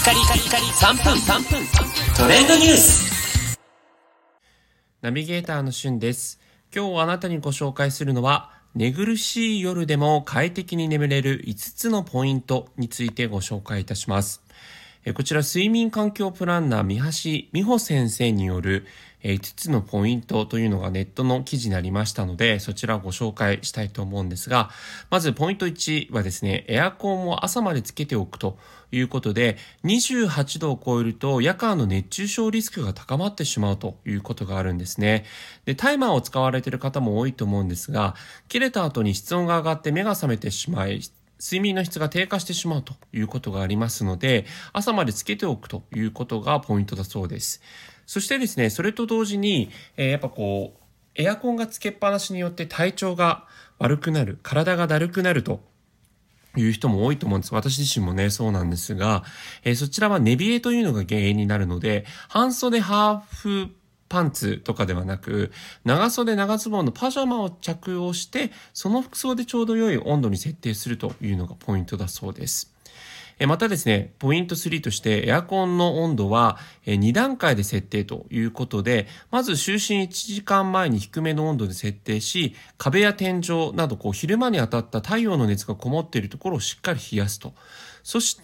カリカリカリ3分トレンドニュース。 ナビゲーターのしゅんです。今日あなたにご紹介するのは、寝苦しい夜でも快適に眠れる5つのポイントについてご紹介いたします。こちら睡眠環境プランナー三橋美穂先生による5つのポイントというのがネットの記事になりましたので、そちらをご紹介したいと思うんですが、まずポイント1はですね、エアコンを朝までつけておくということで、28度を超えると夜間の熱中症リスクが高まってしまうということがあるんですね。で、タイマーを使われている方も多いと思うんですが、切れた後に室温が上がって目が覚めてしまい、睡眠の質が低下してしまうということがありますので、朝までつけておくということがポイントだそうです。そしてですね、それと同時に、エアコンがつけっぱなしによって体調が悪くなる、体がだるくなるという人も多いと思うんです。私自身もね、そうなんですが、そちらは寝冷えというのが原因になるので、半袖ハーフパンツとかではなく、長袖長ズボンのパジャマを着用して、その服装でちょうど良い温度に設定するというのがポイントだそうです。またですね、ポイント3としてエアコンの温度は2段階で設定ということで、まず就寝1時間前に低めの温度で設定し、壁や天井など昼間に当たった太陽の熱がこもっているところをしっかり冷やすと。そして、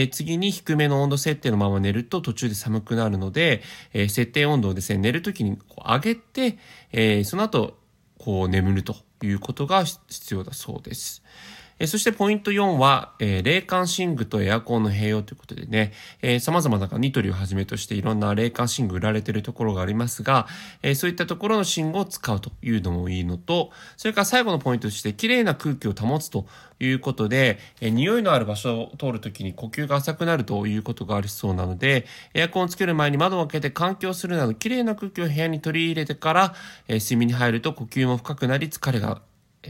次に低めの温度設定のまま寝ると途中で寒くなるので、設定温度をですね、寝るときに上げて、その後眠るということが必要だそうです。そしてポイント4は、冷感寝具とエアコンの併用ということでね、様々なニトリをはじめとしていろんな冷感寝具売られているところがありますが、そういったところの寝具を使うというのもいいのと、それから最後のポイントとして綺麗な空気を保つということで、匂いのある場所を通るときに呼吸が浅くなるということがありそうなので、エアコンをつける前に窓を開けて換気をするなど綺麗な空気を部屋に取り入れてから、睡眠に入ると呼吸も深くなり疲れが、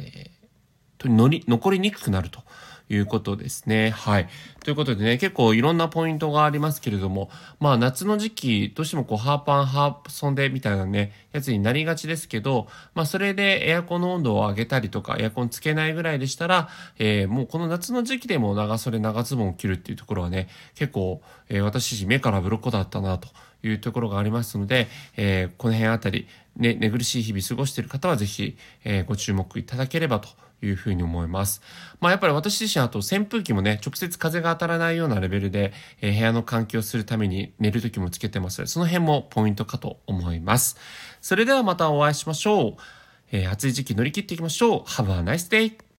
残りにくくなるということですね。はい。ということでね、結構いろんなポイントがありますけれども、夏の時期、どうしてもハーパン、ハーソンデみたいなね、やつになりがちですけど、それでエアコンの温度を上げたりとか、エアコンつけないぐらいでしたら、もうこの夏の時期でも長袖、長ズボンを着るっていうところはね、結構、私自身目から鱗だったなというところがありますので、この辺あたり、ね、寝苦しい日々過ごしている方はぜひ、ご注目いただければというふうに思います。やっぱり私自身あと扇風機もね、直接風が当たらないようなレベルで、部屋の換気をするために寝るときもつけてますので、その辺もポイントかと思います。それではまたお会いしましょう。暑い時期乗り切っていきましょう。Have a nice day!